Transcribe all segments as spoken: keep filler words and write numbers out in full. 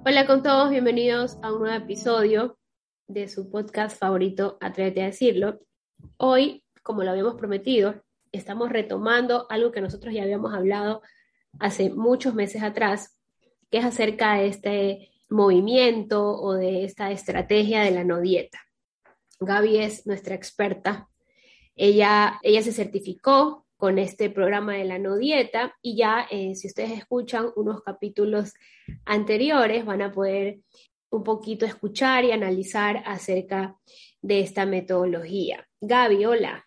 Hola con todos, bienvenidos a un nuevo episodio de su podcast favorito, Atrévete a decirlo. Hoy, como lo habíamos prometido, estamos retomando algo que nosotros ya habíamos hablado hace muchos meses atrás, que es acerca de este movimiento o de esta estrategia de la no dieta. Gaby es nuestra experta. Ella, ella se certificó con este programa de la no dieta y ya eh, si ustedes escuchan unos capítulos anteriores van a poder un poquito escuchar y analizar acerca de esta metodología. Gaby, hola.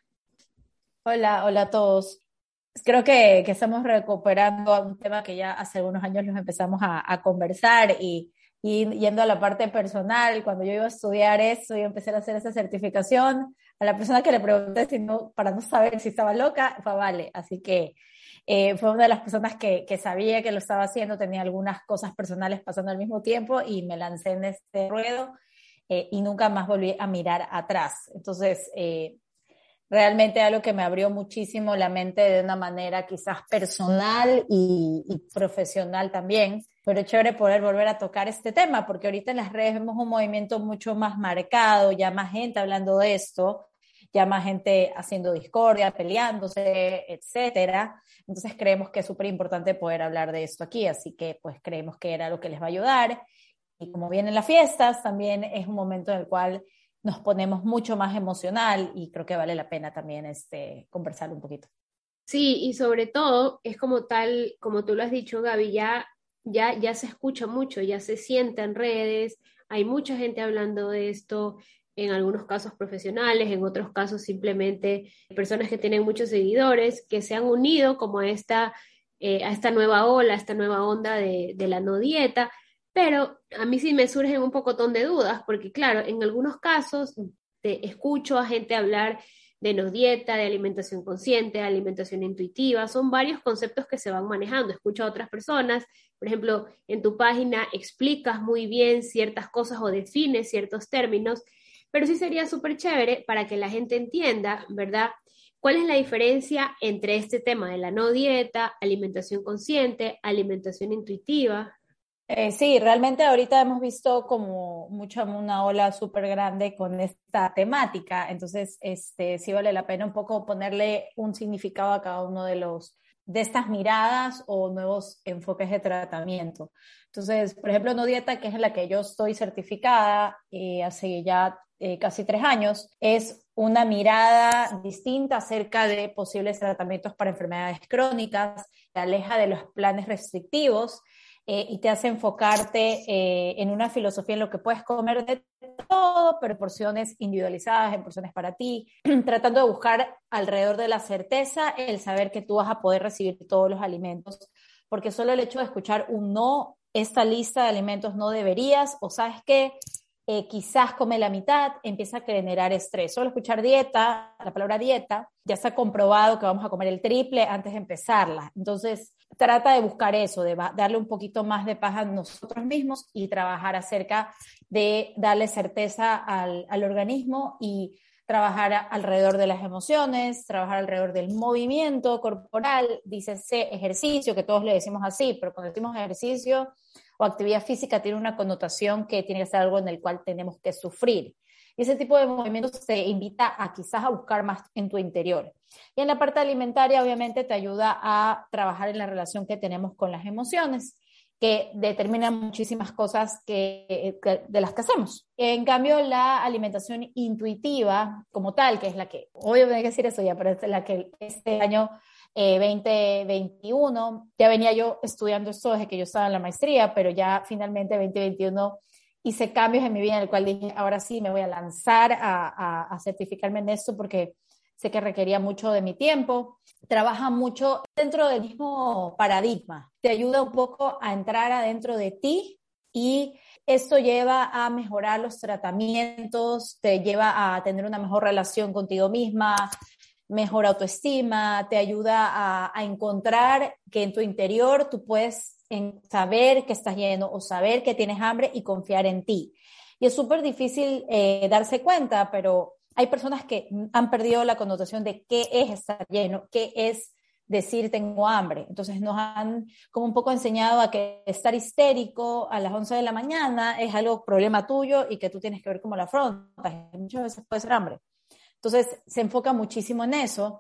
Hola, hola a todos. Creo que, que estamos recuperando un tema que ya hace algunos años los empezamos a, a conversar y, y yendo a la parte personal, cuando yo iba a estudiar eso y empecé a hacer esa certificación, a la persona que le pregunté si no, para no saber si estaba loca, fue Vale. Así que eh, fue una de las personas que, que sabía que lo estaba haciendo, tenía algunas cosas personales pasando al mismo tiempo y me lancé en este ruedo eh, y nunca más volví a mirar atrás. Entonces, eh, realmente algo que me abrió muchísimo la mente de una manera quizás personal y, y profesional también, pero es chévere poder volver a tocar este tema, porque ahorita en las redes vemos un movimiento mucho más marcado, ya más gente hablando de esto, ya más gente haciendo discordia, peleándose, etcétera. Entonces creemos que es súper importante poder hablar de esto aquí, así que pues creemos que era lo que les va a ayudar. Y como vienen las fiestas, también es un momento en el cual nos ponemos mucho más emocional y creo que vale la pena también este, conversar un poquito. Sí, y sobre todo es como tal, como tú lo has dicho, Gaby, ya, ya, ya se escucha mucho, ya se siente en redes, hay mucha gente hablando de esto, en algunos casos profesionales, en otros casos simplemente personas que tienen muchos seguidores, que se han unido como a esta, eh, a esta nueva ola, a esta nueva onda de, de la no dieta, pero a mí sí me surgen un pocotón de dudas, porque claro, en algunos casos te escucho a gente hablar de no dieta, de alimentación consciente, de alimentación intuitiva, son varios conceptos que se van manejando. Escucho a otras personas, por ejemplo, en tu página explicas muy bien ciertas cosas o defines ciertos términos, pero sí sería súper chévere para que la gente entienda, ¿verdad? ¿Cuál es la diferencia entre este tema de la no dieta, alimentación consciente, alimentación intuitiva? Eh, sí, realmente ahorita hemos visto como mucha una ola súper grande con esta temática, entonces este, sí vale la pena un poco ponerle un significado a cada uno de los de estas miradas o nuevos enfoques de tratamiento. Entonces, por ejemplo, no dieta, que es en la que yo estoy certificada eh, hace ya eh, casi tres años, es una mirada distinta acerca de posibles tratamientos para enfermedades crónicas, se aleja de los planes restrictivos eh, y te hace enfocarte eh, en una filosofía en lo que puedes comer de todo, pero en porciones individualizadas, en porciones para ti, tratando de buscar alrededor de la certeza el saber que tú vas a poder recibir todos los alimentos, porque solo el hecho de escuchar un no, esta lista de alimentos no deberías, o sabes qué, eh, quizás come la mitad, empieza a generar estrés. Solo escuchar dieta, la palabra dieta, ya está comprobado que vamos a comer el triple antes de empezarla. Entonces, trata de buscar eso, de darle un poquito más de paz a nosotros mismos y trabajar acerca de darle certeza al, al organismo y trabajar a, alrededor de las emociones, trabajar alrededor del movimiento corporal, dícese ejercicio, que todos le decimos así, pero cuando decimos ejercicio o actividad física tiene una connotación que tiene que ser algo en el cual tenemos que sufrir. Y ese tipo de movimientos te invita a quizás a buscar más en tu interior. Y en la parte alimentaria, obviamente, te ayuda a trabajar en la relación que tenemos con las emociones, que determinan muchísimas cosas que, que, de las que hacemos. En cambio, la alimentación intuitiva como tal, que es la que, obvio tengo que decir eso ya, pero es la que este año eh, veinte veintiuno, ya venía yo estudiando esto desde que yo estaba en la maestría, pero ya finalmente veinte veintiuno hice cambios en mi vida en el cual dije, ahora sí me voy a lanzar a, a, a certificarme en esto porque sé que requería mucho de mi tiempo. Trabaja mucho dentro del mismo paradigma, te ayuda un poco a entrar adentro de ti y esto lleva a mejorar los tratamientos, te lleva a tener una mejor relación contigo misma, mejor autoestima, te ayuda a, a encontrar que en tu interior tú puedes en saber que estás lleno o saber que tienes hambre y confiar en ti. Y es súper difícil eh, darse cuenta, pero hay personas que han perdido la connotación de qué es estar lleno, qué es decir tengo hambre. Entonces nos han como un poco enseñado a que estar histérico a las once de la mañana es algo problema tuyo y que tú tienes que ver cómo lo afrontas. Muchas veces puede ser hambre. Entonces se enfoca muchísimo en eso.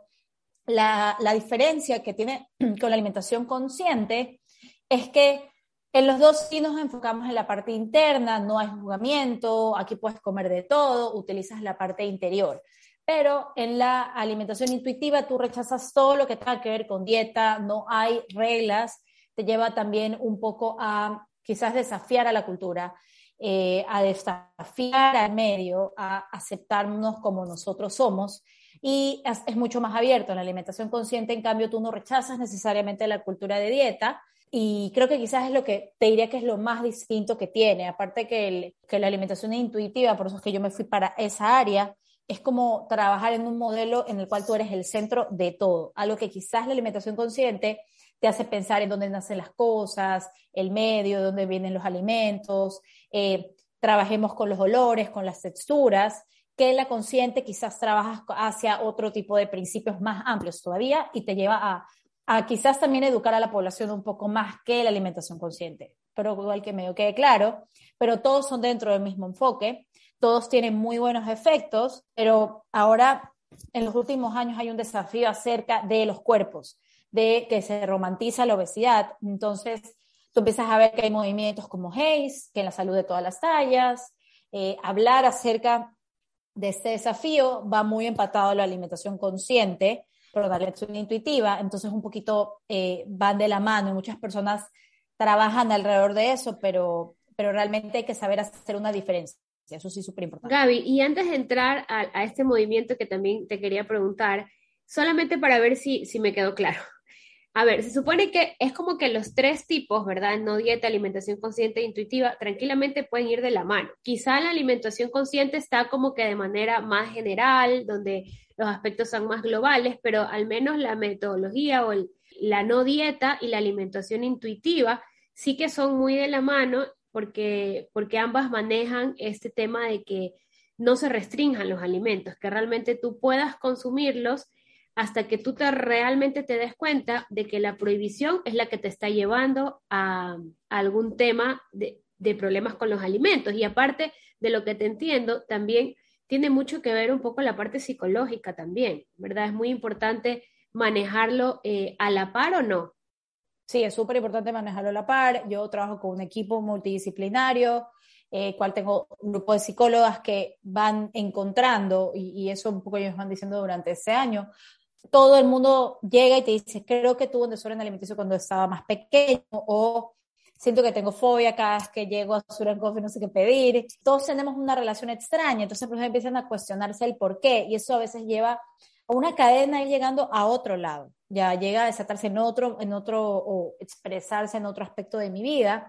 La, la diferencia que tiene con la alimentación consciente es que en los dos sí nos enfocamos en la parte interna, no hay juzgamiento, aquí puedes comer de todo, utilizas la parte interior. Pero en la alimentación intuitiva tú rechazas todo lo que tenga que ver con dieta, no hay reglas, te lleva también un poco a quizás desafiar a la cultura, eh, a desafiar al medio, a aceptarnos como nosotros somos, y es, es mucho más abierto. En la alimentación consciente, en cambio, tú no rechazas necesariamente la cultura de dieta, y creo que quizás es lo que te diría que es lo más distinto que tiene, aparte que, el, que la alimentación intuitiva, por eso es que yo me fui para esa área, es como trabajar en un modelo en el cual tú eres el centro de todo, algo que quizás la alimentación consciente te hace pensar en dónde nacen las cosas, el medio, dónde vienen los alimentos, eh, trabajemos con los olores, con las texturas, que en la consciente quizás trabajas hacia otro tipo de principios más amplios todavía y te lleva a, a quizás también educar a la población un poco más que la alimentación consciente, pero igual que medio quede claro, pero todos son dentro del mismo enfoque. Todos tienen muy buenos efectos, pero ahora en los últimos años hay un desafío acerca de los cuerpos, de que se romantiza la obesidad. Entonces, tú empiezas a ver que hay movimientos como Haze, que en la salud de todas las tallas, eh, hablar acerca de este desafío va muy empatado a la alimentación consciente, pero la alimentación intuitiva, entonces un poquito eh, van de la mano y muchas personas trabajan alrededor de eso, pero, pero realmente hay que saber hacer una diferencia. Eso sí es súper importante. Gaby, y antes de entrar a, a este movimiento que también te quería preguntar, solamente para ver si, si me quedó claro. A ver, se supone que es como que los tres tipos, ¿verdad? No dieta, alimentación consciente e intuitiva, tranquilamente pueden ir de la mano. Quizá la alimentación consciente está como que de manera más general, donde los aspectos son más globales, pero al menos la metodología o el, la no dieta y la alimentación intuitiva sí que son muy de la mano porque, porque ambas manejan este tema de que no se restrinjan los alimentos, que realmente tú puedas consumirlos hasta que tú te, realmente te des cuenta de que la prohibición es la que te está llevando a, a algún tema de, de problemas con los alimentos. Y aparte de lo que te entiendo, también tiene mucho que ver un poco la parte psicológica también, ¿verdad? Es muy importante manejarlo eh, a la par o no. Sí, es súper importante manejarlo a la par. Yo trabajo con un equipo multidisciplinario, eh, cual tengo un grupo de psicólogas que van encontrando, y, y eso un poco ellos van diciendo durante ese año, todo el mundo llega y te dice, creo que tuve un desorden alimenticio cuando estaba más pequeño, o siento que tengo fobia cada vez que llego a Suran Coffee, no sé qué pedir. Todos tenemos una relación extraña, entonces pues empiezan a cuestionarse el por qué, y eso a veces lleva a una cadena ir llegando a otro lado, ya llega a desatarse en otro, en otro, o expresarse en otro aspecto de mi vida,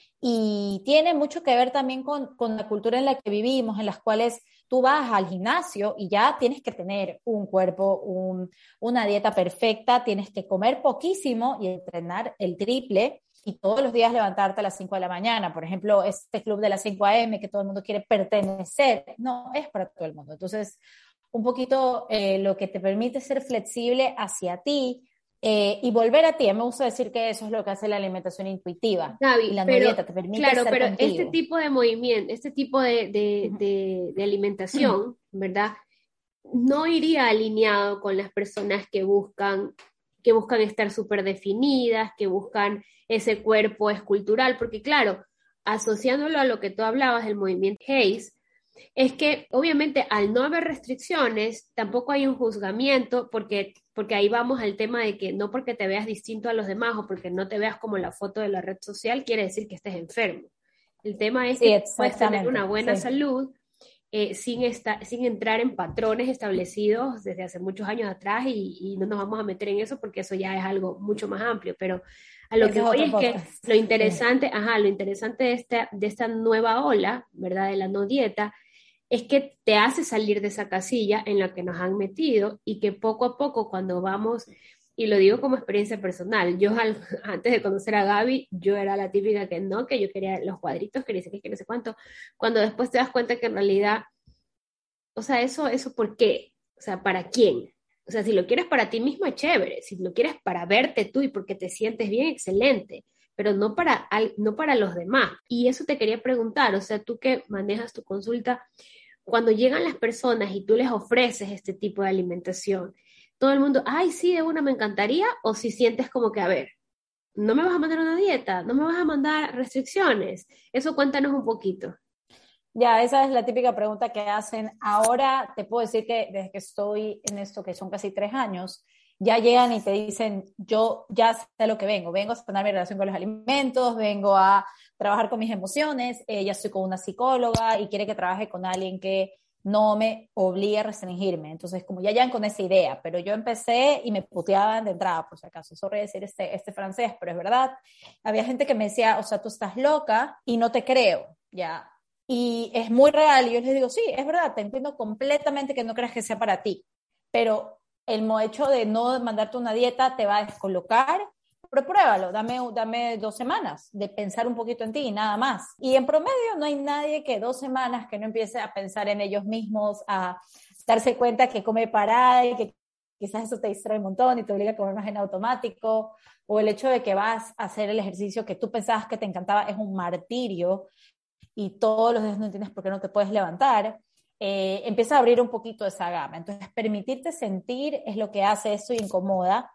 y tiene mucho que ver también con, con la cultura en la que vivimos, en las cuales tú vas al gimnasio y ya tienes que tener un cuerpo, un, una dieta perfecta, tienes que comer poquísimo y entrenar el triple, y todos los días levantarte a las cinco de la mañana. Por ejemplo, este club de las cinco a eme que todo el mundo quiere pertenecer, no es para todo el mundo. Entonces, un poquito eh, lo que te permite ser flexible hacia ti, eh, y volver a ti. A mí me gusta decir que eso es lo que hace la alimentación intuitiva. Y Gaby, la no pero dieta te permite claro, estar pero contigo. este tipo de movimiento, este tipo de, de, Uh-huh. de, de alimentación, ¿verdad? No iría alineado con las personas que buscan, que buscan estar súper definidas, que buscan ese cuerpo escultural, porque claro, asociándolo a lo que tú hablabas del movimiento Haze, es que obviamente al no haber restricciones, tampoco hay un juzgamiento, porque, porque ahí vamos al tema de que no porque te veas distinto a los demás o porque no te veas como la foto de la red social, quiere decir que estés enfermo. El tema es Sí, que puedes tener una exactamente. buena Sí. salud eh, sin, esta, sin entrar en patrones establecidos desde hace muchos años atrás y, y no nos vamos a meter en eso porque eso ya es algo mucho más amplio, pero a lo Ese que es voy otro es que podcast. lo Sí. interesante, ajá, lo interesante de esta, de esta nueva ola, ¿verdad? De la no dieta, es que te hace salir de esa casilla en la que nos han metido y que poco a poco cuando vamos, y lo digo como experiencia personal, yo al, antes de conocer a Gaby, yo era la típica que no, que yo quería los cuadritos, quería que, que no sé cuánto, cuando después te das cuenta que en realidad, o sea, eso, eso ¿por qué? O sea, ¿para quién? O sea, si lo quieres para ti mismo es chévere, si lo quieres para verte tú y porque te sientes bien, excelente, pero no para, al- no para los demás. Y eso te quería preguntar, o sea, tú que manejas tu consulta, cuando llegan las personas y tú les ofreces este tipo de alimentación, todo el mundo, ay, sí, de una me encantaría, o si sientes como que, a ver, no me vas a mandar una dieta, no me vas a mandar restricciones. Eso cuéntanos un poquito. Ya, esa es la típica pregunta que hacen. Ahora te puedo decir que desde que estoy en esto, que son casi tres años, ya llegan y te dicen, yo ya sé a lo que vengo, vengo a sanar mi relación con los alimentos, vengo a trabajar con mis emociones, eh, ya estoy con una psicóloga y quiere que trabaje con alguien que no me obligue a restringirme. Entonces, como ya llegan con esa idea, pero yo empecé y me puteaban de entrada, por si acaso, sorry decir este, este francés, pero es verdad. Había gente que me decía, o sea, tú estás loca y no te creo, ya. Y es muy real, y yo les digo, sí, es verdad, te entiendo completamente que no creas que sea para ti, pero el hecho de no mandarte una dieta te va a descolocar, pero pruébalo, dame, dame dos semanas de pensar un poquito en ti y nada más. Y en promedio no hay nadie que dos semanas que no empiece a pensar en ellos mismos, a darse cuenta que come parada y que quizás eso te distrae un montón y te obliga a comer más en automático, o el hecho de que vas a hacer el ejercicio que tú pensabas que te encantaba es un martirio y todos los días no entiendes por qué no te puedes levantar, eh, empieza a abrir un poquito esa gama. Entonces, permitirte sentir es lo que hace eso y incomoda.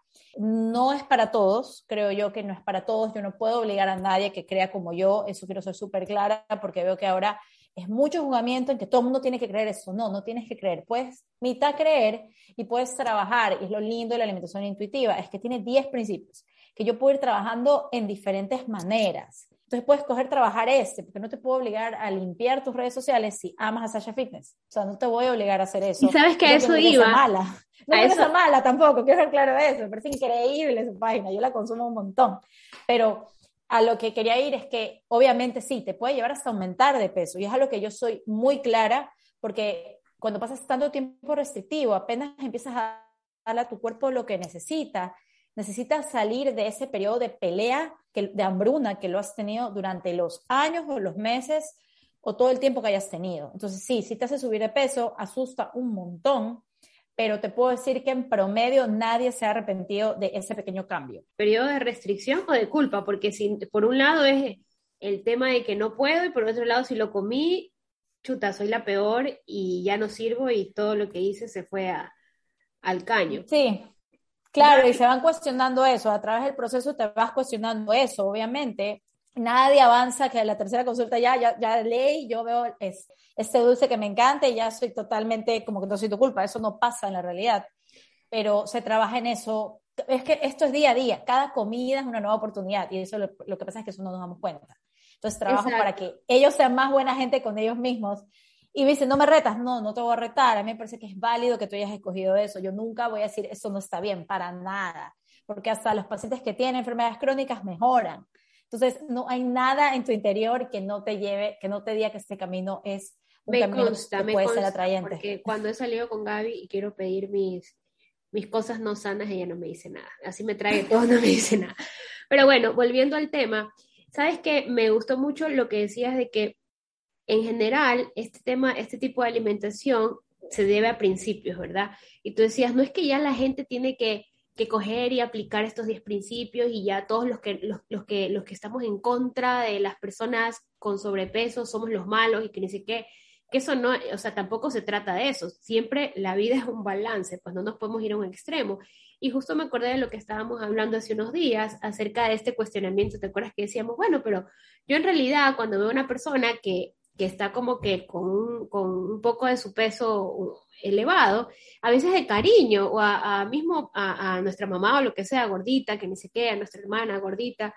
No es para todos, creo yo que no es para todos. Yo no puedo obligar a nadie que crea como yo, eso quiero ser súper clara, porque veo que ahora es mucho juzgamiento en que todo el mundo tiene que creer eso. No, no tienes que creer. Puedes mitad creer y puedes trabajar. Y es lo lindo de la alimentación intuitiva, es que tiene diez principios que yo puedo ir trabajando en diferentes maneras. Entonces puedes coger trabajar este, porque no te puedo obligar a limpiar tus redes sociales si amas a Sasha Fitness. O sea, no te voy a obligar a hacer Y eso. sabes que Y a no eso pienso que sea iba, mala. No a creo que eso, sea mala tampoco, quiero ser claro de eso. Me parece increíble su página, yo la consumo un montón. Pero a lo que quería ir es que obviamente sí, te puede llevar hasta aumentar de peso. Y es algo que yo soy muy clara, porque cuando pasas tanto tiempo restrictivo, apenas empiezas a darle a tu cuerpo lo que necesita, necesitas salir de ese periodo de pelea, que, de hambruna que lo has tenido durante los años o los meses o todo el tiempo que hayas tenido. Entonces sí, sí te hace subir de peso, asusta un montón, pero te puedo decir que en promedio nadie se ha arrepentido de ese pequeño cambio. periodo de restricción o de culpa, porque si, por un lado es el tema de que no puedo y por otro lado si lo comí, chuta, soy la peor y ya no sirvo y todo lo que hice se fue a, al caño. Sí, claro, y Gaby, se van cuestionando eso, a través del proceso te vas cuestionando eso, obviamente. Nadie avanza que a la tercera consulta ya, ya, ya leí, yo veo es, este dulce que me encanta y ya soy totalmente como que no soy tu culpa, eso no pasa en la realidad, pero se trabaja en eso. Es que esto es día a día, cada comida es una nueva oportunidad y eso lo, lo que pasa es que eso no nos damos cuenta. Entonces trabajo para exacto. que ellos sean más buena gente con ellos mismos y me dicen, no me retas, no, no te voy a retar, a mí me parece que es válido que tú hayas escogido eso, yo nunca voy a decir, eso no está bien, para nada, porque hasta los pacientes que tienen enfermedades crónicas mejoran. Entonces, no hay nada en tu interior que no te lleve, que no te diga que este camino es un Me camino consta, que me puede ser consta, atrayente. porque cuando he salido con Gaby y quiero pedir mis, mis cosas no sanas, ella no me dice nada. Así me trae todo, no me dice nada. Pero bueno, volviendo al tema, sabes que me gustó mucho lo que decías de que en general este tema, este tipo de alimentación se debe a principios, ¿verdad? Y tú decías, no es que ya la gente tiene que, que coger y aplicar estos diez principios y ya todos los que, los, los que, los que estamos en contra de las personas con sobrepeso somos los malos y que ni sé qué, que eso no, o sea, tampoco se trata de eso. Siempre la vida es un balance, pues no nos podemos ir a un extremo. Y justo me acordé de lo que estábamos hablando hace unos días acerca de este cuestionamiento. ¿Te acuerdas que decíamos, bueno, pero yo en realidad cuando veo una persona que, que está como que con un, con un poco de su peso elevado, a veces de cariño, o a, a mismo a, a, nuestra mamá o lo que sea, gordita, que ni sé qué, a nuestra hermana gordita,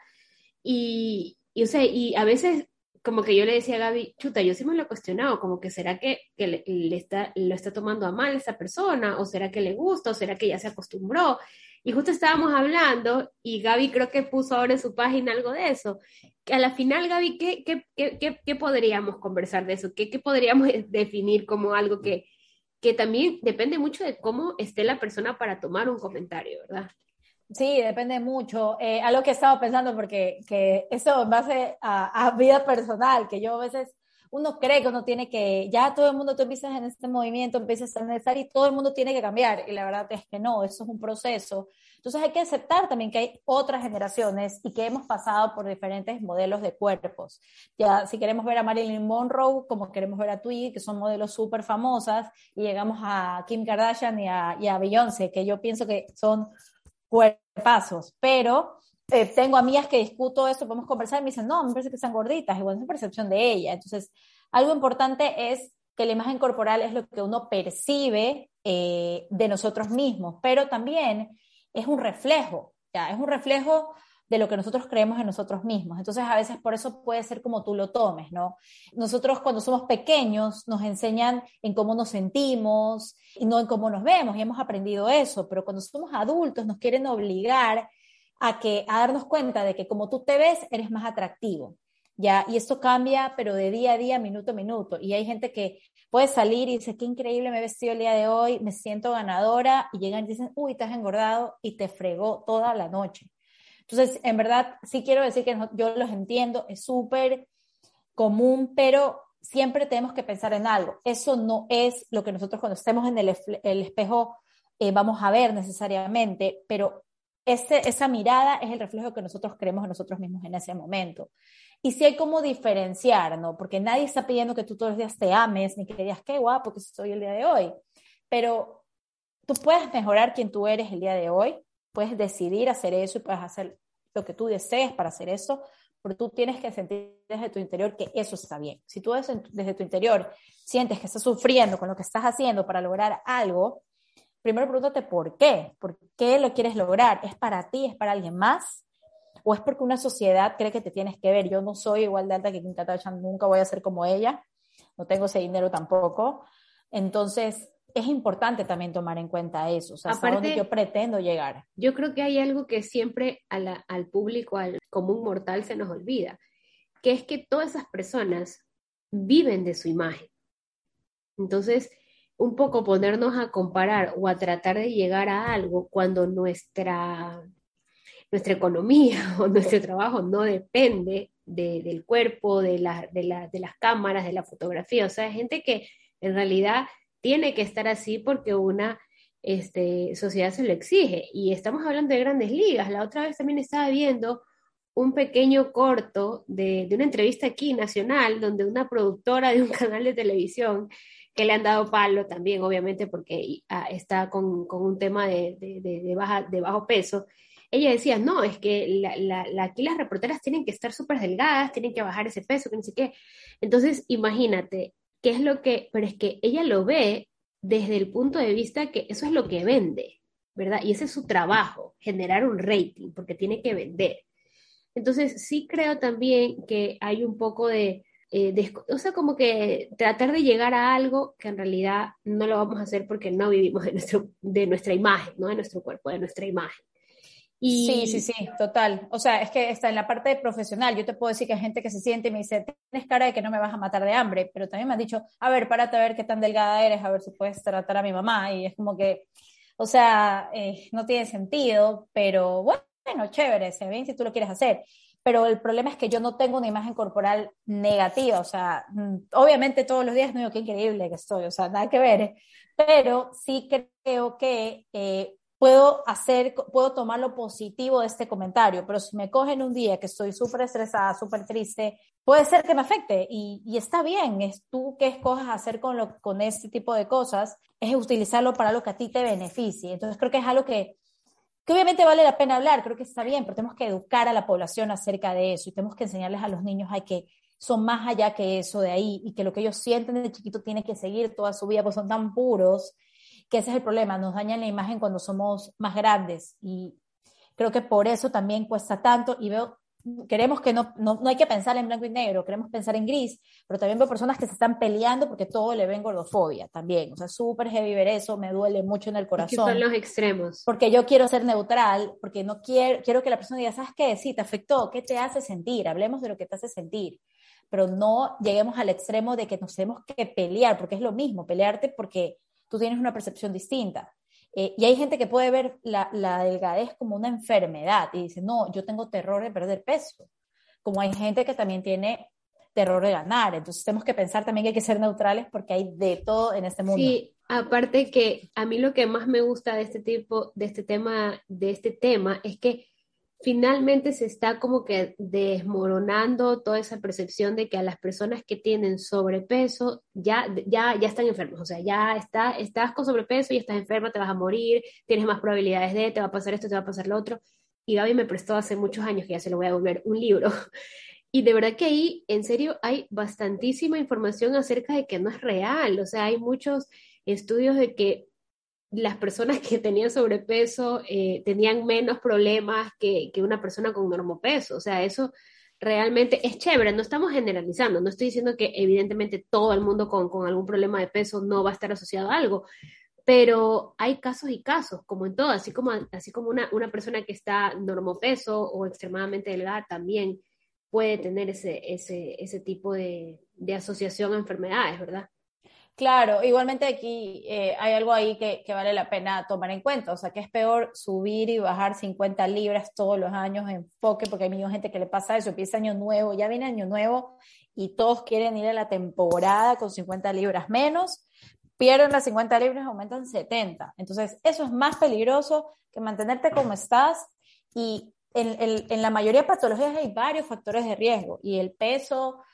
y, y, o sea, y a veces como que yo le decía a Gaby, chuta, yo sí me lo he cuestionado, como que será que, que le, le está, lo está tomando a mal esa persona, o será que le gusta, o será que ya se acostumbró. Y justo estábamos hablando, y Gaby creo que puso ahora en su página algo de eso. Que a la final, Gaby, ¿qué, qué, qué, qué, qué podríamos conversar de eso? ¿Qué, qué podríamos definir como algo que, que también depende mucho de cómo esté la persona para tomar un comentario, ¿verdad? Sí, depende mucho. Eh, algo que he estado pensando, porque que eso en base a, a vida personal, que yo a veces uno cree que uno tiene que, ya todo el mundo, tú empiezas en este movimiento, empiezas a analizar y todo el mundo tiene que cambiar, y la verdad es que no, eso es un proceso. Entonces hay que aceptar también que hay otras generaciones y que hemos pasado por diferentes modelos de cuerpos. Ya, si queremos ver a Marilyn Monroe, como queremos ver a Twiggy, que son modelos súper famosas, y llegamos a Kim Kardashian y a, y a Beyoncé, que yo pienso que son cuerpazos, pero eh, tengo amigas que discuto eso, podemos conversar y me dicen, no, me parece que están gorditas, y bueno, es la percepción de ella. Entonces, algo importante es que la imagen corporal es lo que uno percibe eh, de nosotros mismos, pero también es un reflejo, ya, es un reflejo de lo que nosotros creemos en nosotros mismos. Entonces, a veces por eso puede ser como tú lo tomes, ¿no? Nosotros cuando somos pequeños nos enseñan en cómo nos sentimos y no en cómo nos vemos, y hemos aprendido eso, pero cuando somos adultos nos quieren obligar a, que, a darnos cuenta de que como tú te ves, eres más atractivo, ¿ya? Y esto cambia, pero de día a día, minuto a minuto. Y hay gente que puede salir y dice, qué increíble me he vestido el día de hoy, me siento ganadora, y llegan y dicen, uy, te has engordado, y te fregó toda la noche. Entonces, en verdad, sí quiero decir que yo los entiendo, es súper común, pero siempre tenemos que pensar en algo. Eso no es lo que nosotros cuando estemos en el, el espejo eh, vamos a ver necesariamente, pero ese, esa mirada es el reflejo que nosotros creemos en nosotros mismos en ese momento. Y sí hay como diferenciar, ¿no? Porque nadie está pidiendo que tú todos los días te ames, ni que digas, qué guapo que soy el día de hoy. Pero tú puedes mejorar quien tú eres el día de hoy, puedes decidir hacer eso y puedes hacer lo que tú desees para hacer eso, pero tú tienes que sentir desde tu interior que eso está bien. Si tú desde, desde tu interior sientes que estás sufriendo con lo que estás haciendo para lograr algo, primero pregúntate por qué. ¿Por qué lo quieres lograr? ¿Es para ti? ¿Es para alguien más? ¿O es porque una sociedad cree que te tienes que ver? Yo no soy igual de alta que Kim Kardashian, nunca voy a ser como ella, no tengo ese dinero tampoco. Entonces, es importante también tomar en cuenta eso, o sea, hasta Aparte, dónde yo pretendo llegar. yo creo que hay algo que siempre a la- al público, al común mortal se nos olvida, que es que todas esas personas viven de su imagen. Entonces, un poco ponernos a comparar o a tratar de llegar a algo cuando nuestra, nuestra economía o nuestro trabajo no depende de- del cuerpo, de, la- de, la- de las cámaras, de la fotografía. O sea, hay gente que en realidad tiene que estar así porque una este, sociedad se lo exige. Y estamos hablando de grandes ligas. La otra vez también estaba viendo un pequeño corto de, de una entrevista aquí nacional, donde una productora de un canal de televisión que le han dado palo también, obviamente, porque ah, está con, con un tema de, de, de, de baja, de bajo peso. Ella decía, no, es que la, la, la, aquí las reporteras tienen que estar súper delgadas, tienen que bajar ese peso, que no sé qué. Entonces, imagínate, qué es lo que, pero es que ella lo ve desde el punto de vista que eso es lo que vende, ¿verdad? Y ese es su trabajo, generar un rating, porque tiene que vender. Entonces, sí creo también que hay un poco de, eh, de, o sea, como que tratar de llegar a algo que en realidad no lo vamos a hacer porque no vivimos de, nuestro, de nuestra imagen, ¿no? De nuestro cuerpo, de nuestra imagen. Sí, sí, Y sí, total. O sea, es que está en la parte profesional. Yo te puedo decir que hay gente que se siente y me dice, tienes cara de que no me vas a matar de hambre, pero también me han dicho, a ver, párate a ver qué tan delgada eres, a ver si puedes tratar a mi mamá. Y es como que, o sea, eh, no tiene sentido, pero bueno, chévere, se ve bien si tú lo quieres hacer. Pero el problema es que yo no tengo una imagen corporal negativa, o sea, mm, obviamente todos los días no digo qué increíble que estoy, o sea, nada que ver, pero sí creo que eh, puedo hacer, puedo tomar lo positivo de este comentario, pero si me cogen un día que estoy súper estresada, súper triste, puede ser que me afecte y, y está bien, es tú que escojas hacer con, lo, con este tipo de cosas, es utilizarlo para lo que a ti te beneficie. Entonces creo que es algo que, que obviamente vale la pena hablar, creo que está bien, pero tenemos que educar a la población acerca de eso y tenemos que enseñarles a los niños a que son más allá que eso de ahí y que lo que ellos sienten de chiquito tiene que seguir toda su vida, pues son tan puros que ese es el problema, nos dañan la imagen cuando somos más grandes y creo que por eso también cuesta tanto y veo, queremos que no, no, no hay que pensar en blanco y negro, queremos pensar en gris, pero también veo personas que se están peleando porque todo le ven gordofobia también, o sea, súper heavy ver eso, me duele mucho en el es que son corazón, los extremos. porque yo quiero ser neutral, porque no quiero, quiero que la persona diga, ¿sabes qué? Sí, te afectó, ¿qué te hace sentir? Hablemos de lo que te hace sentir, pero no lleguemos al extremo de que nos tenemos que pelear, porque es lo mismo, pelearte porque tú tienes una percepción distinta. Eh, y hay gente que puede ver la, la delgadez como una enfermedad y dice, no, yo tengo terror de perder peso. Como hay gente que también tiene terror de ganar. Entonces tenemos que pensar también que hay que ser neutrales porque hay de todo en este mundo. Sí, aparte que a mí lo que más me gusta de este tipo, de este tema, de este tema, es que finalmente se está como que desmoronando toda esa percepción de que a las personas que tienen sobrepeso ya, ya, ya están enfermos, o sea, ya está, estás con sobrepeso y estás enferma, te vas a morir, tienes más probabilidades de, te va a pasar esto, te va a pasar lo otro. Y Gaby me prestó hace muchos años, que ya se lo voy a devolver, un libro. Y de verdad que ahí, en serio, hay bastantísima información acerca de que no es real. O sea, hay muchos estudios de que las personas que tenían sobrepeso eh, tenían menos problemas que, que una persona con normopeso. O sea, eso realmente es chévere. No estamos generalizando. No estoy diciendo que evidentemente todo el mundo con, con algún problema de peso no va a estar asociado a algo, pero hay casos y casos, como en todo, así como, así como una, una persona que está normopeso o extremadamente delgada también puede tener ese, ese, ese tipo de, de asociación a enfermedades, ¿verdad? Claro, igualmente aquí eh, hay algo ahí que, que vale la pena tomar en cuenta, o sea, que es peor subir y bajar cincuenta libras todos los años en enfoque, porque hay mucha gente que le pasa eso, empieza año nuevo, ya viene año nuevo y todos quieren ir a la temporada con cincuenta libras menos, pierden las cincuenta libras, aumentan setenta. Entonces, eso es más peligroso que mantenerte como estás y en, en, en la mayoría de patologías hay varios factores de riesgo y el peso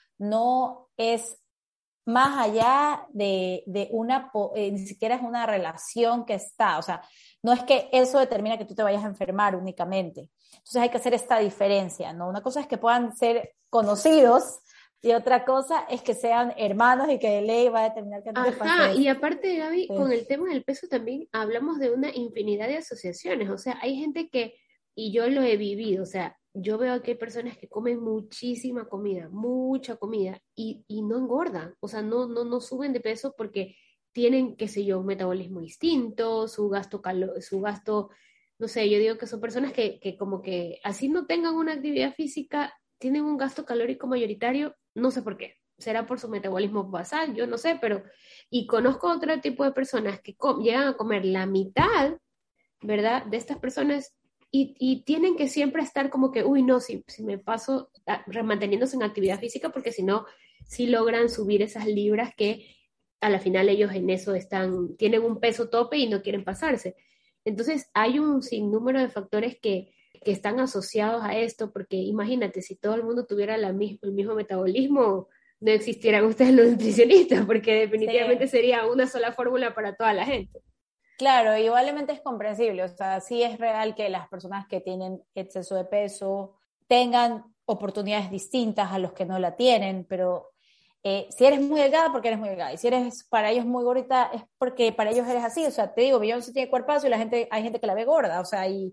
no es más allá de, de una, eh, ni siquiera es una relación que está, o sea, no es que eso determina que tú te vayas a enfermar únicamente. Entonces hay que hacer esta diferencia, ¿no? Una cosa es que puedan ser conocidos y otra cosa es que sean hermanos y que de ley va a determinar que no te Ajá, pase y esto. aparte, Gaby, Sí. con el tema del peso también hablamos de una infinidad de asociaciones, o sea, hay gente que, y yo lo he vivido, o sea, yo veo que hay personas que comen muchísima comida, mucha comida, y, y no engordan, o sea, no, no, no suben de peso porque tienen, qué sé yo, un metabolismo distinto, su gasto, calo- su gasto, no sé, yo digo que son personas que, que como que así no tengan una actividad física, tienen un gasto calórico mayoritario, no sé por qué. Será por su metabolismo basal, yo no sé, pero y conozco otro tipo de personas que llegan a comer la mitad, ¿verdad? De estas personas y, y tienen que siempre estar como que, uy, no, si, si me paso a, manteniéndose en actividad física, porque si no, si logran subir esas libras que a la final ellos en eso están, tienen un peso tope y no quieren pasarse. Entonces, hay un sinnúmero de factores que, que están asociados a esto, porque imagínate, si todo el mundo tuviera la misma, el mismo metabolismo, no existieran ustedes los nutricionistas, porque definitivamente Sí. sería una sola fórmula para toda la gente. Claro, igualmente es comprensible, o sea, sí es real que las personas que tienen exceso de peso tengan oportunidades distintas a los que no la tienen, pero eh, si eres muy delgada, porque eres muy delgada, y si eres para ellos muy gordita, es porque para ellos eres así, o sea, te digo, Beyoncé tiene cuerpazo y la gente, hay gente que la ve gorda, o sea, y,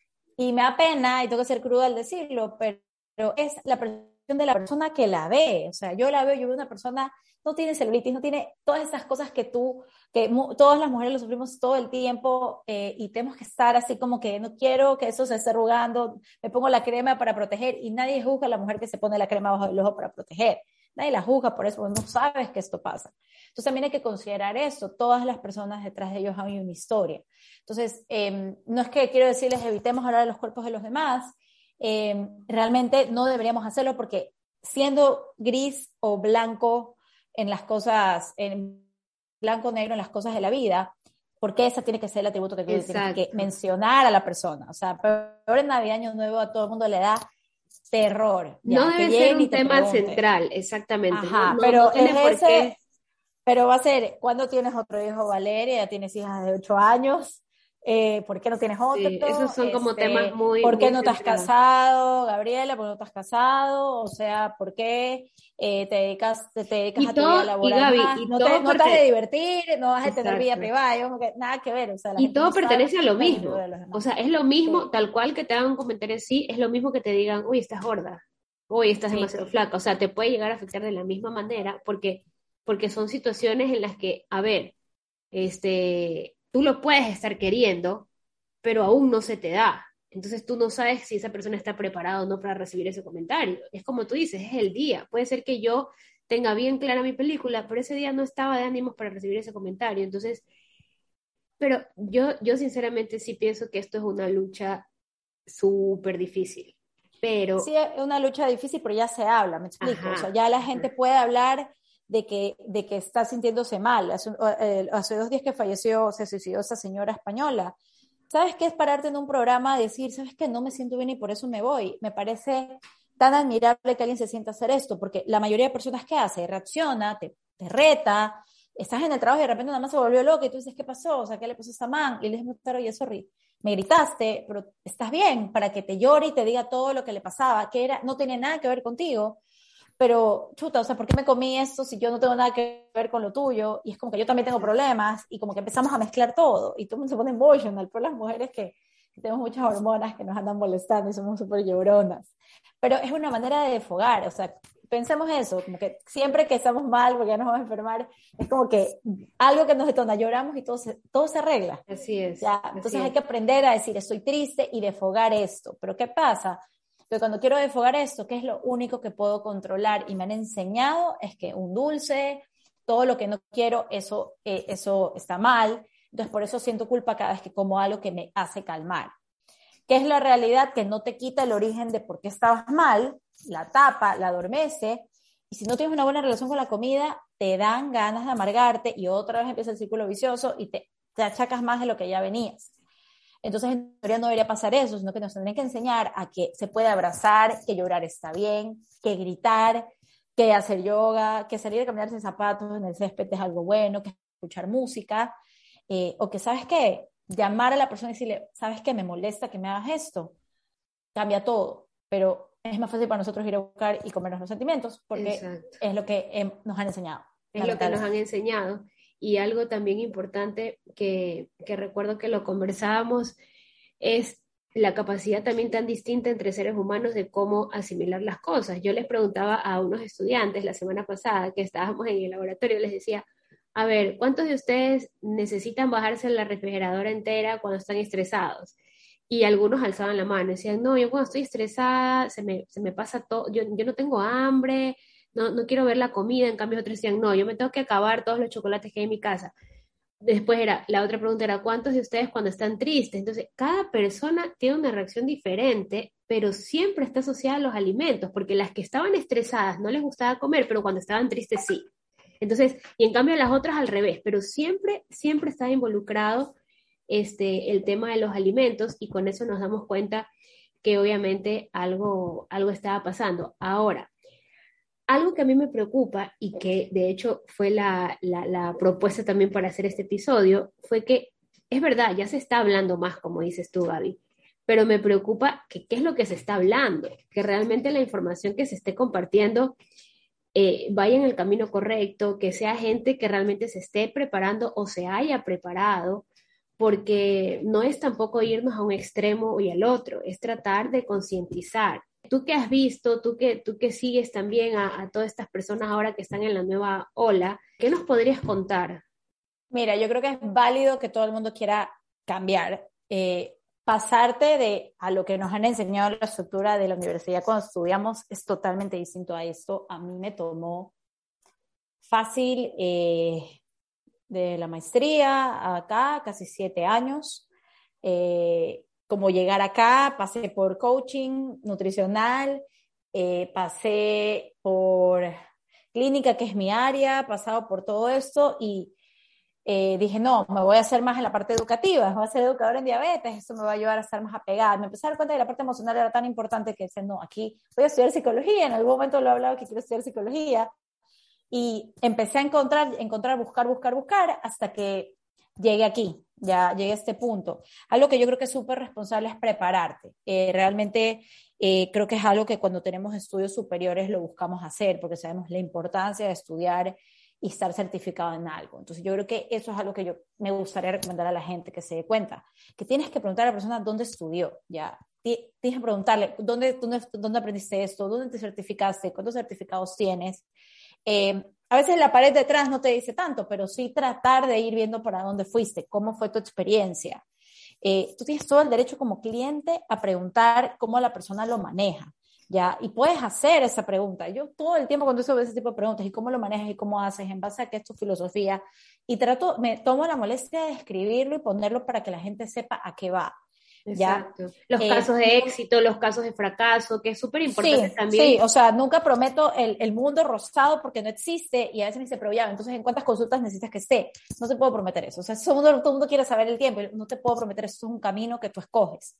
y me da pena, y tengo que ser cruda al decirlo, pero, pero es la percepción de la persona que la ve, o sea, yo la veo, yo veo una persona, no tiene celulitis, no tiene todas esas cosas que tú que mu todas las mujeres lo sufrimos todo el tiempo eh, y tenemos que estar así como que no quiero que eso se esté arrugando, me pongo la crema para proteger y nadie juzga a la mujer que se pone la crema bajo el ojo para proteger. Nadie la juzga por eso, no sabes que esto pasa. Entonces también hay que considerar eso, todas las personas detrás de ellos hay una historia. Entonces, eh, no es que quiero decirles evitemos hablar de los cuerpos de los demás, eh, realmente no deberíamos hacerlo porque siendo gris o blanco en las cosas, en blanco o negro en las cosas de la vida, porque esa tiene que ser el atributo que tú tienes que Exacto. mencionar a la persona. O sea, peor en Navidad, Año Nuevo, a todo el mundo le da terror, No ya, que debe ser lleguen y un te tema pregunten. central, exactamente. No, Ajá, no, no pero tiene es por ese, qué. pero va a ser, ¿cuándo tienes otro hijo, Valeria? Ya tienes hijas de ocho años. Eh, ¿por qué no tienes otro? Sí, esos son como temas Este, muy, ¿por qué muy no te has centrados. casado, Gabriela? ¿Por qué no te has casado? O sea, ¿por qué eh, te dedicas, te, te dedicas Y a tu vida todo, y laboral Gaby, más? y No te, todo no te has de porque, divertir, no vas a tener vida exacto. privada, yo como que nada que ver, o sea, la Y gente no todo sabe pertenece a lo las vidas mismo. de los O demás. sea, es lo mismo, Sí, tal cual que te hagan un comentario así, es lo mismo que te digan, uy, estás gorda, uy, estás sí, demasiado flaca. O sea, te puede llegar a afectar de la misma manera porque, porque son situaciones en las que, a ver, este, tú lo puedes estar queriendo, pero aún no se te da. Entonces tú no sabes si esa persona está preparada o no para recibir ese comentario. Es como tú dices, es el día. Puede ser que yo tenga bien clara mi película, pero ese día no estaba de ánimos para recibir ese comentario. Entonces, pero yo, yo sinceramente sí pienso que esto es una lucha súper difícil. pero... Sí, es una lucha difícil, pero ya se habla, me explico. Ajá, O sea, ya la ajá. gente puede hablar de que, de que está sintiéndose mal. Hace, eh, hace dos días que falleció, se suicidó esa señora española. ¿Sabes qué es pararte en un programa y decir, sabes qué, no me siento bien y por eso me voy? Me parece tan admirable que alguien se sienta a hacer esto, porque la mayoría de personas que hace, reacciona, te, te reta, estás en el trabajo y de repente nada más se volvió loca y tú dices, ¿qué pasó? O sea, ¿qué le pasó a esta man? Y le dices, oye, sorry, me gritaste, pero estás bien, para que te llore y te diga todo lo que le pasaba, que era, no tenía nada que ver contigo, pero chuta, o sea, ¿por qué me comí esto si yo no tengo nada que ver con lo tuyo? Y es como que yo también tengo problemas y como que empezamos a mezclar todo y todo el mundo se pone emotional por las mujeres que, que tenemos muchas hormonas que nos andan molestando y somos súper lloronas. Pero es una manera de desfogar, o sea, pensemos eso, como que siempre que estamos mal porque ya nos vamos a enfermar, es como que algo que nos detona, lloramos y todo se, todo se arregla. Así es, Ya, así entonces hay es. que aprender a decir estoy triste y desfogar esto. Pero ¿qué pasa? Que cuando quiero desfogar esto, que es lo único que puedo controlar y me han enseñado, es que un dulce, todo lo que no quiero, eso, eh, eso está mal. Entonces por eso siento culpa cada vez que como algo que me hace calmar. ¿Qué es la realidad? Que no te quita el origen de por qué estabas mal, la tapa, la adormece, y si no tienes una buena relación con la comida, te dan ganas de amargarte y otra vez empieza el círculo vicioso y te, te achacas más de lo que ya venías. Entonces, en teoría no debería pasar eso, sino que nos tendrían que enseñar a que se puede abrazar, que llorar está bien, que gritar, que hacer yoga, que salir a caminar sin zapatos en el césped es algo bueno, que escuchar música, eh, o que, ¿sabes qué? Llamar a la persona y decirle, ¿sabes qué? Me molesta que me hagas esto. Cambia todo, pero es más fácil para nosotros ir a buscar y comernos los sentimientos porque Exacto. es lo que eh, nos han enseñado, Es lo que nos han lamentablemente. enseñado. Y algo también importante que, que recuerdo que lo conversábamos es la capacidad también tan distinta entre seres humanos de cómo asimilar las cosas. Yo les preguntaba a unos estudiantes la semana pasada que estábamos en el laboratorio, les decía, a ver, ¿cuántos de ustedes necesitan bajarse la refrigeradora entera cuando están estresados? Y algunos alzaban la mano, decían, no, yo cuando estoy estresada se me, se me pasa todo, yo, yo no tengo hambre, no, no quiero ver la comida, en cambio otros decían, no, yo me tengo que acabar todos los chocolates que hay en mi casa. Después era, la otra pregunta era, ¿cuántos de ustedes cuando están tristes? Entonces, cada persona tiene una reacción diferente, pero siempre está asociada a los alimentos, porque las que estaban estresadas no les gustaba comer, pero cuando estaban tristes sí. Entonces, y en cambio las otras al revés, pero siempre, siempre está involucrado este, el tema de los alimentos y con eso nos damos cuenta que obviamente algo, algo estaba pasando. Ahora, algo que a mí me preocupa y que de hecho fue la, la, la propuesta también para hacer este episodio, fue que es verdad, ya se está hablando más, como dices tú, Gaby, pero me preocupa que qué es lo que se está hablando, que realmente la información que se esté compartiendo eh, vaya en el camino correcto, que sea gente que realmente se esté preparando o se haya preparado, porque no es tampoco irnos a un extremo y al otro, es tratar de concientizar. Tú que has visto, tú que, tú que sigues también a, a todas estas personas ahora que están en la nueva ola, ¿qué nos podrías contar? Mira, yo creo que es válido que todo el mundo quiera cambiar. Eh, pasarte de a lo que nos han enseñado la estructura de la universidad cuando estudiamos es totalmente distinto a esto. A mí me tomó fácil eh, de la maestría acá, casi siete años. Eh, como llegar acá, pasé por coaching nutricional, eh, pasé por clínica, que es mi área, pasado por todo esto y eh, dije, no, me voy a hacer más en la parte educativa, voy a ser educadora en diabetes, esto me va a ayudar a estar más apegada. Me empecé a dar cuenta que la parte emocional era tan importante que dije, no, aquí voy a estudiar psicología, en algún momento lo he hablado que quiero estudiar psicología, y empecé a encontrar, encontrar, buscar, buscar, buscar, hasta que llegué aquí, ya llegué a este punto. Algo que yo creo que es súper responsable es prepararte. Eh, realmente eh, creo que es algo que cuando tenemos estudios superiores lo buscamos hacer, porque sabemos la importancia de estudiar y estar certificado en algo. Entonces yo creo que eso es algo que yo me gustaría recomendar a la gente, que se dé cuenta, que tienes que preguntar a la persona dónde estudió, ya. Tienes que preguntarle, ¿dónde, dónde, ¿dónde aprendiste esto? ¿Dónde te certificaste? ¿Cuántos certificados tienes? Eh, a veces la pared detrás no te dice tanto, pero sí tratar de ir viendo para dónde fuiste, cómo fue tu experiencia. Eh, tú tienes todo el derecho como cliente a preguntar cómo la persona lo maneja, ¿ya? Y puedes hacer esa pregunta. Yo todo el tiempo cuando uso ese tipo de preguntas, ¿y cómo lo manejas y cómo haces? ¿En base a qué es tu filosofía? Y trato, me tomo la molestia de escribirlo y ponerlo para que la gente sepa a qué va. ¿ya? Exacto. Los Eh, casos de éxito, los casos de fracaso, que es súper importante Sí, también. sí, o sea, nunca prometo el, el mundo rosado porque no existe y a veces me dice, pero ya, entonces ¿en cuántas consultas necesitas que esté? No te puedo prometer eso, o sea, todo el mundo, todo el mundo quiere saber el tiempo, no te puedo prometer, eso es un camino que tú escoges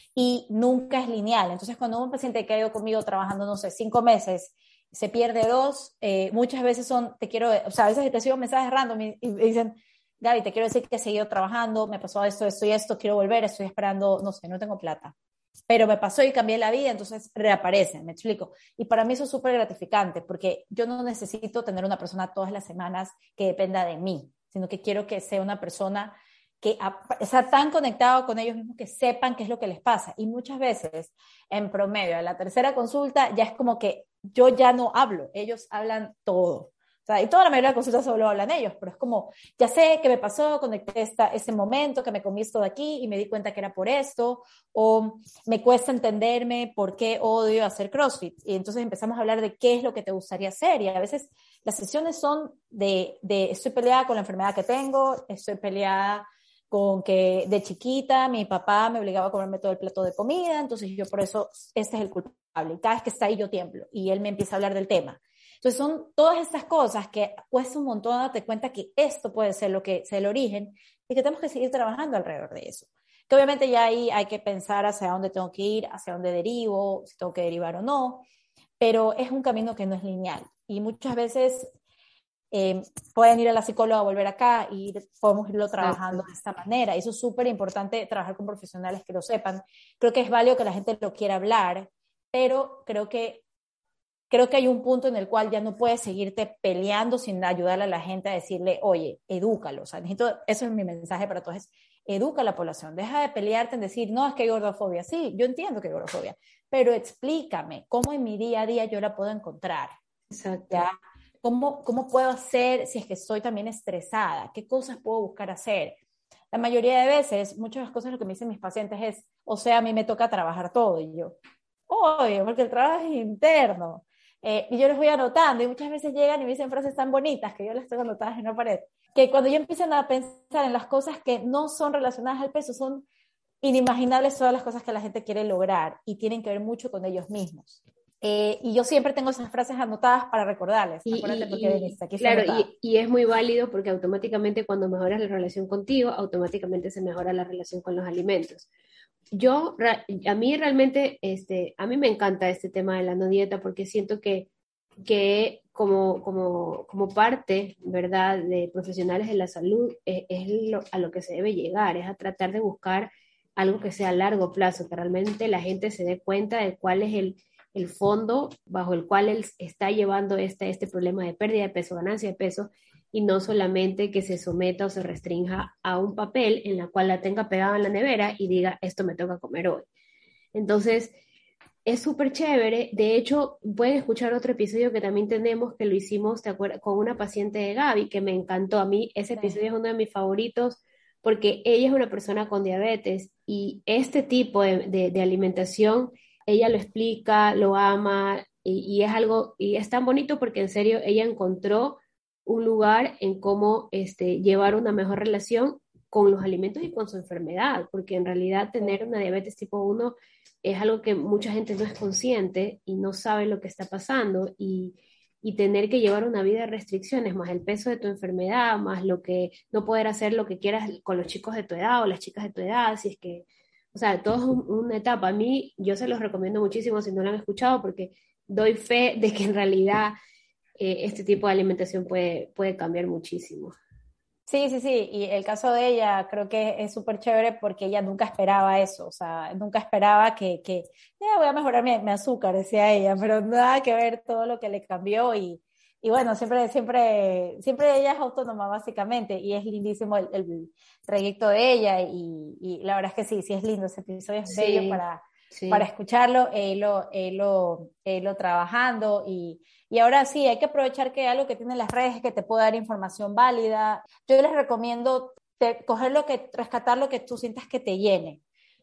y nunca es lineal. Entonces, cuando un paciente que ha ido conmigo trabajando, no sé, cinco meses, se pierde dos, eh, muchas veces son, te quiero, o sea, a veces recibo mensajes random y, y me dicen, Gaby, te quiero decir que he seguido trabajando, me pasó esto, esto y esto, quiero volver, estoy esperando, no sé, no tengo plata, pero me pasó y cambié la vida, entonces reaparecen, me explico. Y para mí eso es súper gratificante, porque yo no necesito tener una persona todas las semanas que dependa de mí, sino que quiero que sea una persona que está tan conectado con ellos mismos que sepan qué es lo que les pasa. Y muchas veces, en promedio, a la tercera consulta ya es como que yo ya no hablo, ellos hablan todo. O sea, y toda la mayoría de las consultas solo hablan ellos, pero es como, ya sé qué me pasó, conecté esta, ese momento que me comí esto de aquí y me di cuenta que era por esto, o me cuesta entenderme por qué odio hacer CrossFit. Y entonces empezamos a hablar de qué es lo que te gustaría hacer. Y a veces las sesiones son de, de estoy peleada con la enfermedad que tengo, estoy peleada con que de chiquita mi papá me obligaba a comerme todo el plato de comida, entonces yo por eso, este es el culpable. Y cada vez que está ahí yo tiemblo y él me empieza a hablar del tema. Entonces son todas estas cosas que cuesta un montón darte cuenta que esto puede ser lo que sea el origen y que tenemos que seguir trabajando alrededor de eso. Que obviamente ya ahí hay que pensar hacia dónde tengo que ir, hacia dónde derivo, si tengo que derivar o no, pero es un camino que no es lineal y muchas veces eh, pueden ir a la psicóloga, volver acá y podemos irlo trabajando Exacto. de esta manera. Y eso es súper importante, trabajar con profesionales que lo sepan. Creo que es válido que la gente lo quiera hablar, pero creo que creo que hay un punto en el cual ya no puedes seguirte peleando sin ayudarle a la gente a decirle, oye, edúcalo. O sea, necesito, eso es mi mensaje para todos, es educa a la población. Deja de pelearte en decir, no, es que hay gordofobia. Sí, yo entiendo que hay gordofobia, pero explícame cómo en mi día a día yo la puedo encontrar. Exacto. ¿Ya? ¿Cómo, cómo puedo hacer si es que estoy también estresada? ¿Qué cosas puedo buscar hacer? La mayoría de veces, muchas de las cosas lo que me dicen mis pacientes es, o sea, a mí me toca trabajar todo. Y yo, obvio, porque el trabajo es interno. Eh, y yo les voy anotando y muchas veces llegan y me dicen frases tan bonitas que yo las tengo anotadas en una pared, que cuando yo empiezan a pensar en las cosas que no son relacionadas al peso, son inimaginables todas las cosas que la gente quiere lograr y tienen que ver mucho con ellos mismos. Eh, y yo siempre tengo esas frases anotadas para recordarles. Y, Acuérdate porque y, y viniste, aquí está claro, anotada. y, y es muy válido porque automáticamente cuando mejoras la relación contigo, automáticamente se mejora la relación con los alimentos. Yo, ra- a mí realmente, este, a mí me encanta este tema de la no dieta porque siento que, que como, como, como parte, ¿verdad?, de profesionales de la salud, es, es lo- a lo que se debe llegar, es a tratar de buscar algo que sea a largo plazo, que realmente la gente se dé cuenta de cuál es el, el fondo bajo el cual él está llevando este, este problema de pérdida de peso, ganancia de peso, y no solamente que se someta o se restrinja a un papel en la cual la tenga pegada en la nevera y diga, esto me toca comer hoy. Entonces, es súper chévere. De hecho, pueden escuchar otro episodio que también tenemos, que lo hicimos, ¿te acuerdas? Con una paciente de Gaby, que me encantó. A mí ese Sí. episodio es uno de mis favoritos porque ella es una persona con diabetes y este tipo de, de, de alimentación, ella lo explica, lo ama y, y es algo, y es tan bonito porque en serio ella encontró un lugar en cómo este, llevar una mejor relación con los alimentos y con su enfermedad, porque en realidad tener una diabetes tipo uno es algo que mucha gente no es consciente y no sabe lo que está pasando y, y tener que llevar una vida de restricciones, más el peso de tu enfermedad, más lo que no poder hacer lo que quieras con los chicos de tu edad o las chicas de tu edad, si es que, o sea, todo es un, una etapa. A mí yo se los recomiendo muchísimo si no lo han escuchado porque doy fe de que en realidad eh, este tipo de alimentación puede, puede cambiar muchísimo. Sí, sí, sí, y el caso de ella creo que es súper chévere porque ella nunca esperaba eso, o sea, nunca esperaba que, que "Ya voy a mejorar mi, mi azúcar", decía ella, pero nada que ver todo lo que le cambió y, y bueno, siempre, siempre, siempre ella es autónoma básicamente y es lindísimo el, el trayecto de ella y, y la verdad es que sí, sí es lindo, ese episodio es bello Sí, para, para sí. escucharlo, él lo, él lo, él lo trabajando y... Y ahora sí, hay que aprovechar que algo que tienen las redes es que te puede dar información válida. Yo les recomiendo te, coger lo que, rescatar lo que tú sientas que te llene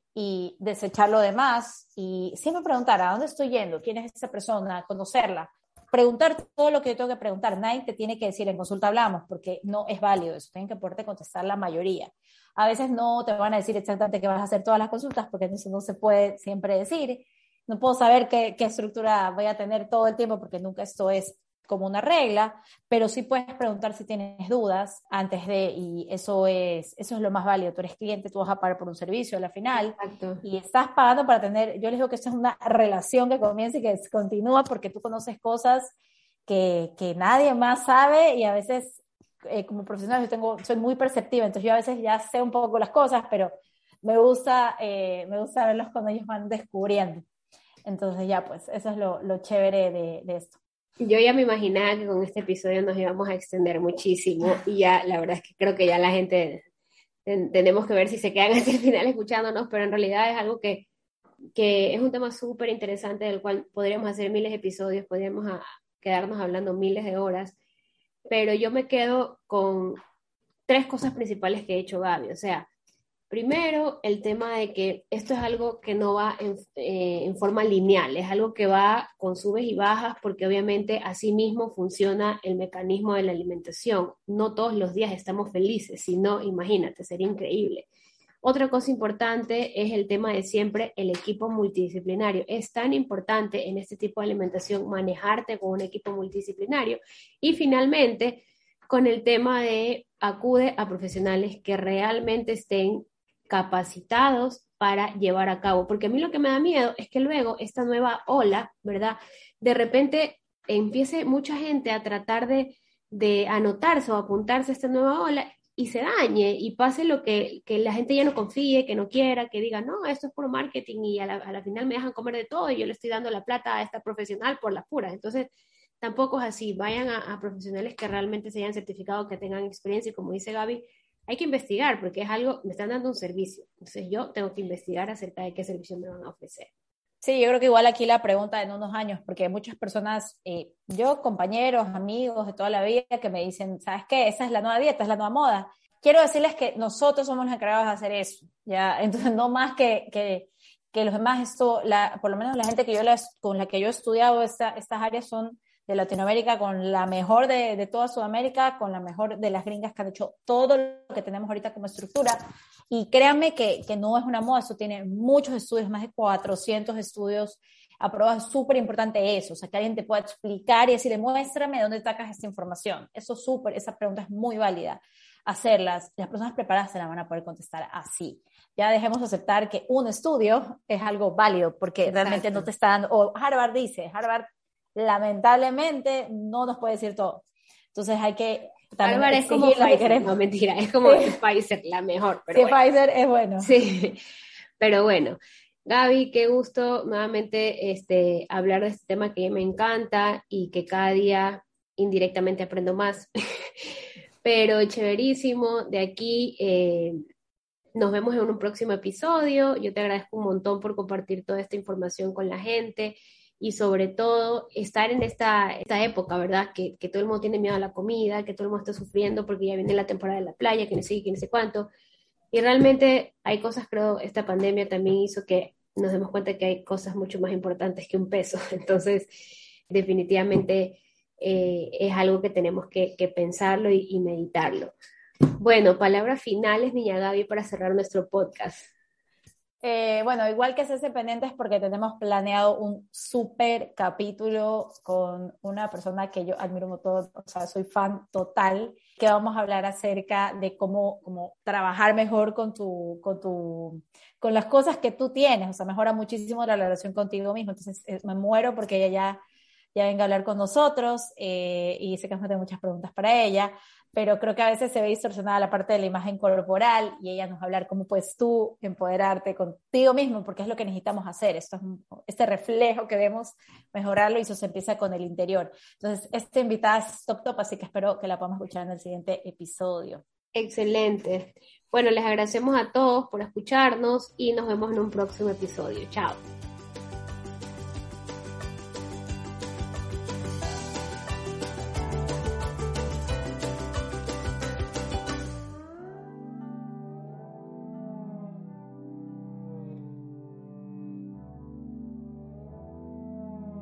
y desechar lo demás y siempre preguntar a dónde estoy yendo, quién es esa persona, conocerla. preguntar todo lo que yo tengo que preguntar. Nadie te tiene que decir en consulta hablamos, porque no es válido eso. Tienen que poderte contestar la mayoría. A veces no te van a decir exactamente que vas a hacer todas las consultas, porque eso no se puede siempre decir. No puedo saber qué, qué estructura voy a tener todo el tiempo, porque nunca esto es como una regla, pero sí puedes preguntar si tienes dudas antes de, y eso es, eso es lo más válido. Tú eres cliente, tú vas a pagar por un servicio a la final. Exacto. Y estás pagando para tener, yo les digo que esto es una relación que comienza y que continúa, porque tú conoces cosas que, que nadie más sabe, y a veces eh, como profesional yo tengo, soy muy perceptiva, entonces yo a veces ya sé un poco las cosas, pero me gusta, eh, me gusta verlos cuando ellos van descubriendo. Entonces ya pues eso es lo, lo chévere de, de esto. Yo ya me imaginaba que con este episodio nos íbamos a extender muchísimo y ya la verdad es que creo que ya la gente ten, tenemos que ver si se quedan hasta el final escuchándonos, pero en realidad es algo que, que es un tema súper interesante del cual podríamos hacer miles de episodios, podríamos a, quedarnos hablando miles de horas, pero yo me quedo con tres cosas principales que ha hecho Gaby. O sea, primero, el tema de que esto es algo que no va en, eh, en forma lineal, es algo que va con subes y bajas, porque obviamente así mismo funciona el mecanismo de la alimentación. No todos los días estamos felices, sino, imagínate, sería increíble. Otra cosa importante es el tema de siempre el equipo multidisciplinario. Es tan importante en este tipo de alimentación manejarte con un equipo multidisciplinario. Y finalmente, con el tema de acude a profesionales que realmente estén capacitados para llevar a cabo, porque a mí lo que me da miedo es que luego esta nueva ola, ¿verdad? De repente empiece mucha gente a tratar de, de anotarse o apuntarse a esta nueva ola y se dañe y pase lo que, que la gente ya no confíe, que no quiera, que diga, no, esto es puro marketing y a la, a la final me dejan comer de todo y yo le estoy dando la plata a esta profesional por las puras. Entonces, tampoco es así, vayan a, a profesionales que realmente se hayan certificado, que tengan experiencia y como dice Gaby, hay que investigar porque es algo, me están dando un servicio, entonces yo tengo que investigar acerca de qué servicio me van a ofrecer. Sí, yo creo que igual aquí la pregunta en unos años, porque hay muchas personas, eh, yo, compañeros, amigos de toda la vida, que me dicen, ¿sabes qué? Esa es la nueva dieta, es la nueva moda. Quiero decirles que nosotros somos los encargados de hacer eso, ¿ya? Entonces, no más que, que, que los demás, esto, la, por lo menos la gente que yo la, con la que yo he estudiado esta, estas áreas son de Latinoamérica, con la mejor de, de toda Sudamérica, con la mejor de las gringas que han hecho todo lo que tenemos ahorita como estructura. Y créanme que, que no es una moda, eso tiene muchos estudios, más de cuatrocientos estudios aprobados. Es súper importante eso, o sea, que alguien te pueda explicar y decirle, muéstrame dónde sacas esta información. Eso es súper, esa pregunta es muy válida. Hacerlas, las personas preparadas se la van a poder contestar así. Ya dejemos de aceptar que un estudio es algo válido, porque Exacto. realmente no te está dando, o Harvard dice, Harvard lamentablemente no nos puede decir todo. Entonces hay que también Harvard es como Pfizer, no mentira, es como sí. Pfizer, la mejor. Pero sí, bueno. Pfizer es bueno. Sí, pero bueno. Gaby, qué gusto nuevamente este, hablar de este tema que me encanta y que cada día indirectamente aprendo más. Pero chéverísimo, de aquí eh, nos vemos en un próximo episodio. Yo te agradezco un montón por compartir toda esta información con la gente y sobre todo estar en esta, esta época, ¿verdad? Que, que todo el mundo tiene miedo a la comida, que todo el mundo está sufriendo porque ya viene la temporada de la playa, que no sé, que no sé cuánto. Y realmente hay cosas, creo, esta pandemia también hizo que nos demos cuenta que hay cosas mucho más importantes que un peso. Entonces, definitivamente eh, es algo que tenemos que, que pensarlo y, y meditarlo. Bueno, palabras finales, niña Gaby, para cerrar nuestro podcast. Eh, bueno, igual que hacerse pendientes porque tenemos planeado un súper capítulo con una persona que yo admiro mucho, o sea, soy fan total, que vamos a hablar acerca de cómo, cómo trabajar mejor con tu, con tu, con las cosas que tú tienes, o sea, mejora muchísimo la relación contigo mismo. Entonces eh, me muero porque ella ya, ya venga a hablar con nosotros eh, y sé que vamos a tener muchas preguntas para ella, pero creo que a veces se ve distorsionada la parte de la imagen corporal y ella nos va a hablar cómo puedes tú empoderarte contigo mismo, porque es lo que necesitamos hacer. Esto es un, este reflejo que vemos, mejorarlo, y eso se empieza con el interior. Entonces, esta invitada es top top, así que espero que la podamos escuchar en el siguiente episodio. Excelente. Bueno, les agradecemos a todos por escucharnos y nos vemos en un próximo episodio. Chao.